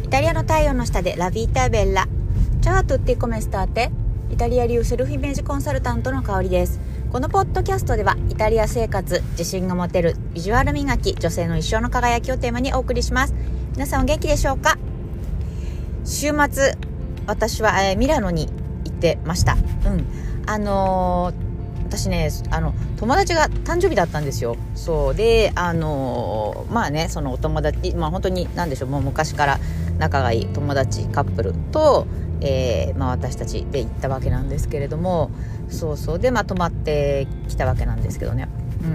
タリアの太陽の下でラビータベッラ。チャートってコメスターテ。イタリア流セルフイメージコンサルタントの香りです。このポッドキャストではイタリア生活、自信が持てるビジュアル磨き、女性の一生の輝きをテーマにお送りします。皆さんお元気でしょうか？週末私は、ミラノに行ってました。私ね、友達が誕生日だったんですよ。そうで、そのお友達、本当に何でしょう、もう昔から仲がいい友達カップルと、私たちで行ったわけなんですけれども、で、泊まってきたわけなんですけどね。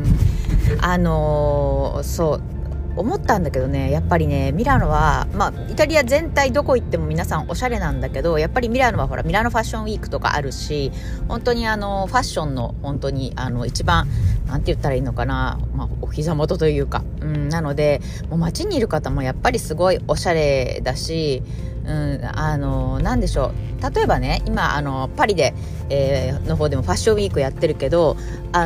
思ったんだけどね、やっぱりね、ミラノは、イタリア全体どこ行っても皆さんおしゃれなんだけど、やっぱりミラノはミラノファッションウィークとかあるし、本当にファッションの本当に一番なんて言ったらいいのかな、お膝元というか、なのでもう街にいる方もやっぱりすごいおしゃれだし、なんでしょう、例えばね、今パリで、の方でもファッションウィークやってるけど、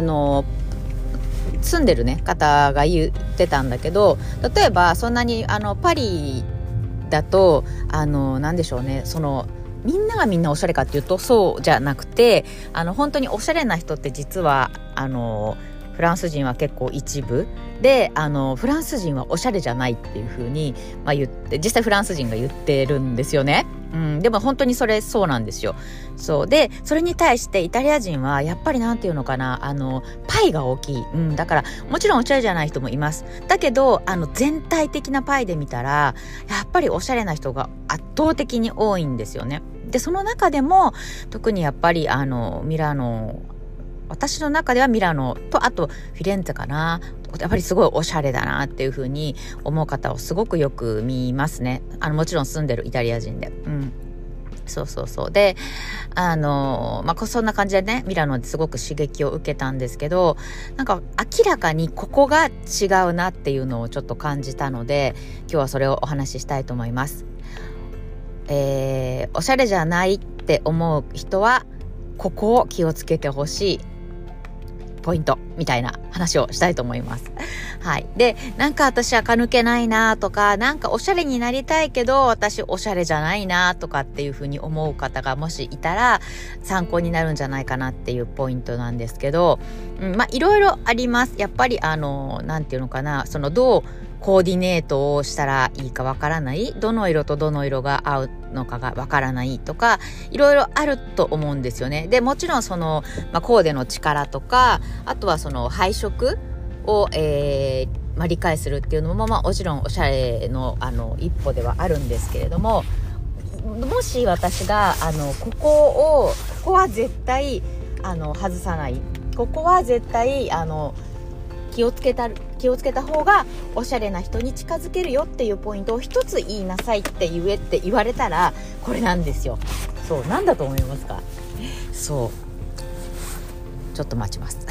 住んでるね方が言ってたんだけど、例えばそんなにパリだとなんでしょうね、みんながみんなおしゃれかっていうとそうじゃなくて、本当におしゃれな人って実はフランス人は結構一部で、フランス人はおしゃれじゃないっていう風に、言って、実際フランス人が言ってるんですよね。でも本当にそうなんですよ。そうで、それに対してイタリア人はやっぱりなんていうのかな、パイが大きい。だからもちろんおしゃれじゃない人もいます。だけど全体的なパイで見たらやっぱりおしゃれな人が圧倒的に多いんですよね。でその中でも特にやっぱりミラノ、私の中ではミラノとあとフィレンツェかな、やっぱりすごいおしゃれだなっていう風に思う方をすごくよく見ますね。もちろん住んでるイタリア人で、でそんな感じでね、ミラノですごく刺激を受けたんですけど、なんか明らかにここが違うなっていうのをちょっと感じたので、今日はそれをお話ししたいと思います。おしゃれじゃないって思う人はここを気をつけてほしいポイントみたいな話をしたいと思います。はい。で、なんか私垢抜けないなとか、なんかおしゃれになりたいけど私おしゃれじゃないなとかっていう風に思う方がもしいたら参考になるんじゃないかなっていうポイントなんですけど、いろいろあります。やっぱりなんていうのかな、どうコーディネートをしたらいいかわからない、どの色とどの色が合うのかがわからないとか、いろいろあると思うんですよね。でもちろんコーデの力とか、あとは配色を、理解するっていうのももちろんおしゃれの一歩ではあるんですけれども、もし私がここは絶対外さない、ここは絶対気をつけた方がおしゃれな人に近づけるよっていうポイントを一つ言いなさいって言われたらこれなんですよ。そう、なんだと思いますか？ちょっと待ちます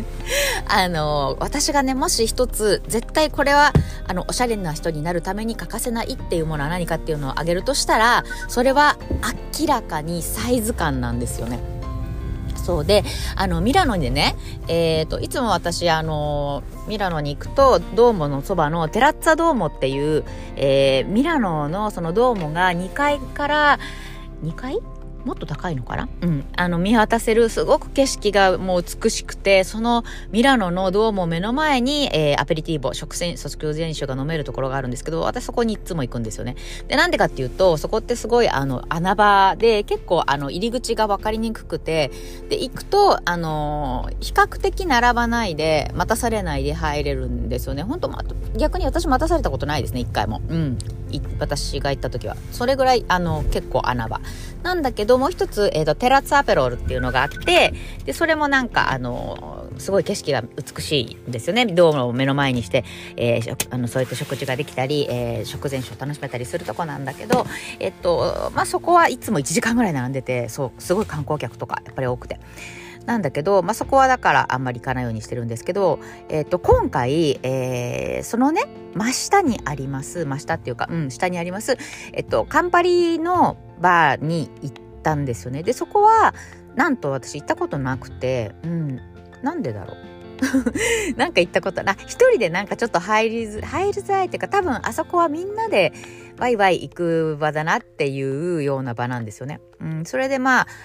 私がね、もし一つ絶対これはおしゃれな人になるために欠かせないっていうものは何かっていうのを挙げるとしたら、それは明らかにサイズ感なんですよね。そうで、ミラノでね、いつも私ミラノに行くとドーモのそばのテラッツァドーモっていう、ミラノのそのドーモが2階から2階もっと高いのかな、見渡せるすごく景色がもう美しくて、そのミラノのドームを目の前に、アペリティーボ、食前酒が飲めるところがあるんですけど、私そこにいつも行くんですよね。で、なんでかっていうと、そこってすごい穴場で、結構入り口が分かりにくくて、で行くと比較的並ばないで待たされないで入れるんですよね。本当、逆に私待たされたことないですね、一回も。私が行った時はそれぐらい結構穴場なんだけど、もう一つ、テラッツァアペロールっていうのがあって、でそれもなんかすごい景色が美しいんですよね。ドームを目の前にして、そうやって食事ができたり、食前酒を楽しめたりするとこなんだけど、そこはいつも1時間ぐらい並んでて、すごい観光客とかやっぱり多くてなんだけど、そこはだからあんまり行かないようにしてるんですけど、今回、そのね真下にあります、真下っていうか、下にあります、カンパリのバーに行ったんですよね。でそこはなんと私行ったことなくて、なんでだろう、 なんか行ったこと一人でなんかちょっと入りづらいっていうか、多分あそこはみんなでワイワイ行く場だなっていうような場なんですよね。それで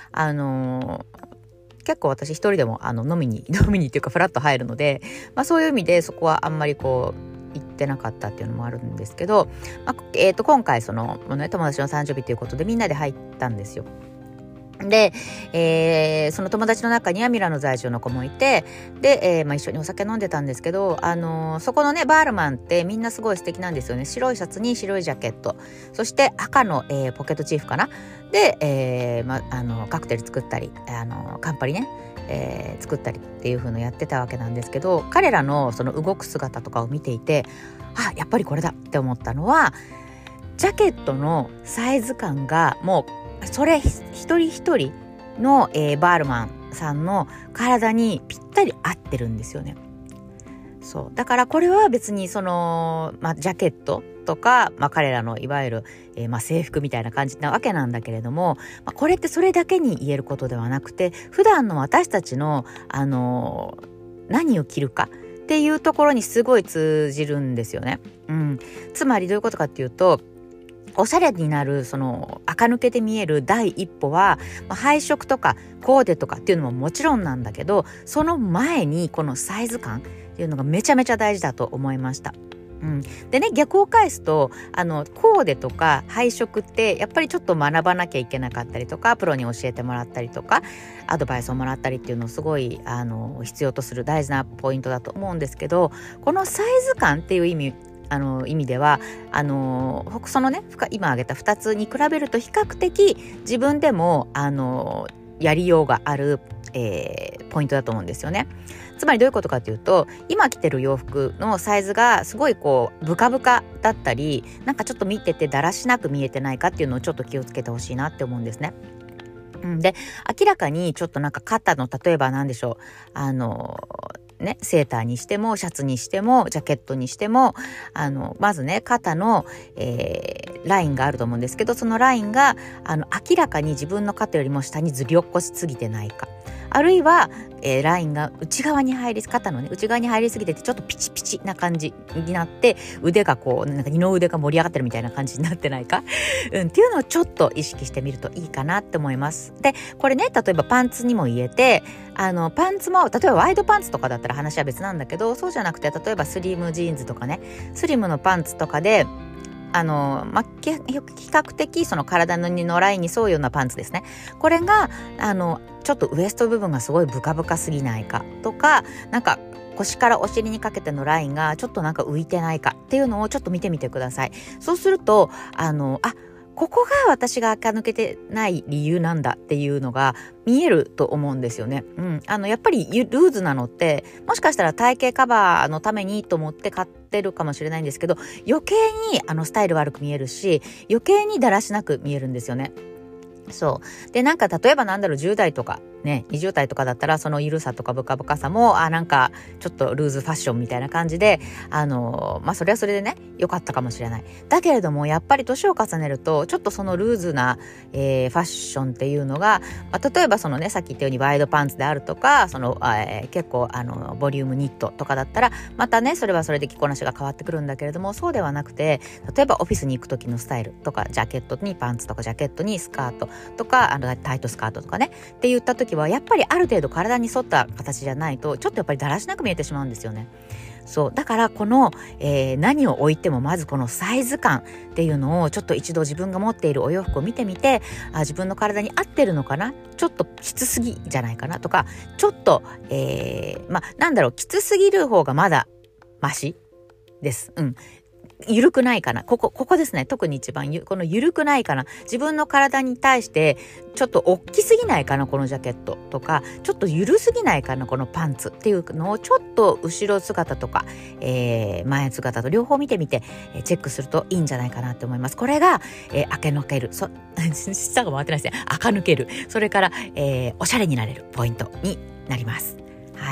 結構私一人でも飲みにっていうかフラッと入るので、そういう意味でそこはあんまりこう行ってなかったっていうのもあるんですけど、今回友達の誕生日ということでみんなで入ったんですよ。で、その友達の中にはミラノ在住の子もいて、で、一緒にお酒飲んでたんですけど、そこのねバールマンってみんなすごい素敵なんですよね。白いシャツに白いジャケット、そして赤の、ポケットチーフかなで、カクテル作ったりカンパリね、作ったりっていう風のやってたわけなんですけど、彼らのその動く姿とかを見ていて、やっぱりこれだって思ったのは、ジャケットのサイズ感がもうそれ一人一人の、バールマンさんの体にぴったり合ってるんですよね。そうだからこれは別にその、ジャケットとか、彼らのいわゆる、制服みたいな感じなわけなんだけれども、これってそれだけに言えることではなくて、普段の私たちの、何を着るかっていうところにすごい通じるんですよね。つまりどういうことかっていうと、おしゃれになるその垢抜けて見える第一歩は、配色とかコーデとかっていうのももちろんなんだけど、その前にこのサイズ感っていうのがめちゃめちゃ大事だと思いました。でね、逆を返すとコーデとか配色ってやっぱりちょっと学ばなきゃいけなかったりとか、プロに教えてもらったりとかアドバイスをもらったりっていうのをすごい必要とする大事なポイントだと思うんですけど、このサイズ感っていう意味ではそのね今挙げた2つに比べると比較的自分でもやりようがある、ポイントだと思うんですよね。つまりどういうことかというと、今着てる洋服のサイズがすごいこうブカブカだったり、なんかちょっと見ててだらしなく見えてないかっていうのをちょっと気をつけてほしいなって思うんですね。で、明らかにちょっとなんか肩の例えば何でしょうセーターにしてもシャツにしてもジャケットにしてもまずね肩の、ラインがあると思うんですけど、そのラインが明らかに自分の肩よりも下にずり落っこしすぎてないか、あるいは、ラインが肩のね内側に入りすぎててちょっとピチピチな感じになって、腕がこうなんか二の腕が盛り上がってるみたいな感じになってないか、っていうのをちょっと意識してみるといいかなって思います。でこれね、例えばパンツにも言えて、パンツも例えばワイドパンツとかだったら話は別なんだけど、そうじゃなくて例えばスリムジーンズとかね、スリムのパンツとかで比較的その体のラインに沿うようなパンツですね。これがちょっとウエスト部分がすごいブカブカすぎないかとか、なんか腰からお尻にかけてのラインがちょっとなんか浮いてないかっていうのをちょっと見てみてください。そうするとここが私が垢抜けてない理由なんだっていうのが見えると思うんですよね。やっぱりルーズなのってもしかしたら体型カバーのためにと思って買ってるかもしれないんですけど、余計にスタイル悪く見えるし、余計にだらしなく見えるんですよね。そうで、なんか例えば10代とかね20代とかだったら、そのゆるさとかブカブカさもなんかちょっとルーズファッションみたいな感じでそれはそれでね良かったかもしれない。だけれどもやっぱり年を重ねるとちょっとそのルーズな、ファッションっていうのが、例えばそのねさっき言ったようにワイドパンツであるとか、結構ボリュームニットとかだったらまたねそれはそれで着こなしが変わってくるんだけれども、そうではなくて、例えばオフィスに行く時のスタイルとか、ジャケットにパンツとかジャケットにスカートとかタイトスカートとかねって言った時はやっぱりある程度体に沿った形じゃないとちょっとやっぱりだらしなく見えてしまうんですよね。そうだからこの、何を置いてもまずこのサイズ感っていうのをちょっと一度自分が持っているお洋服を見てみて、自分の体に合ってるのかな、ちょっときつすぎじゃないかなとか、ちょっと、きつすぎる方がまだマシです。ゆるくないかな、ここですね。特に一番このゆるくないかな、自分の体に対してちょっと大きすぎないかなこのジャケットとか、ちょっとゆるすぎないかなこのパンツっていうのをちょっと後ろ姿とか、前姿と両方見てみて、チェックするといいんじゃないかなと思います。これが、垢抜ける下が回ってないですね。垢抜ける、それから、おしゃれになれるポイントになります。はい、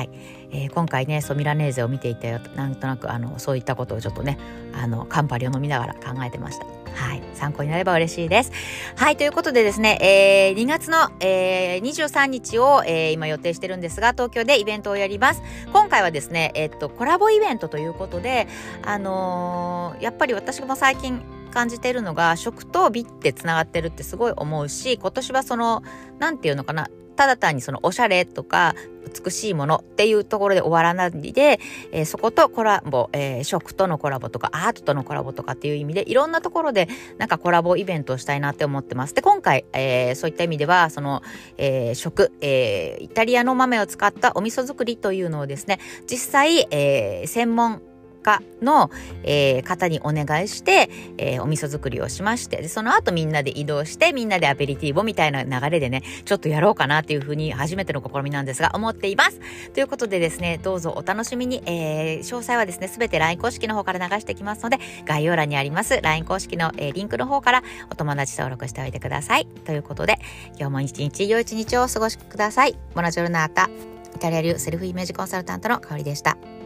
今回ねミラネーゼを見ていてなんとなくそういったことをちょっとねカンパリを飲みながら考えてました。はい、参考になれば嬉しいです。はい、ということでですね、2月の、23日を、今予定してるんですが、東京でイベントをやります。今回はですね、コラボイベントということで、やっぱり私も最近感じているのが、食と美ってつながってるってすごい思うし、今年はなんていうのかな、ただ単におしゃれとか美しいものっていうところで終わらないで、そことコラボ、食とのコラボとかアートとのコラボとかっていう意味でいろんなところでなんかコラボイベントをしたいなって思ってます。で、今回、そういった意味では食、イタリアの豆を使ったお味噌作りというのをですね、実際、専門家の、方にお願いして、お味噌作りをしまして、でその後みんなで移動してみんなでアペリティボみたいな流れでねちょっとやろうかなっていうふうに初めての試みなんですが思っています。ということでですね、どうぞお楽しみに。詳細はですねすべて LINE 公式の方から流していきますので、概要欄にあります LINE 公式の、リンクの方からお友達登録しておいてください。ということで今日も一日良い一日をお過ごしください。ボナジョルナータ、イタリア流セルフイメージコンサルタントの香りでした。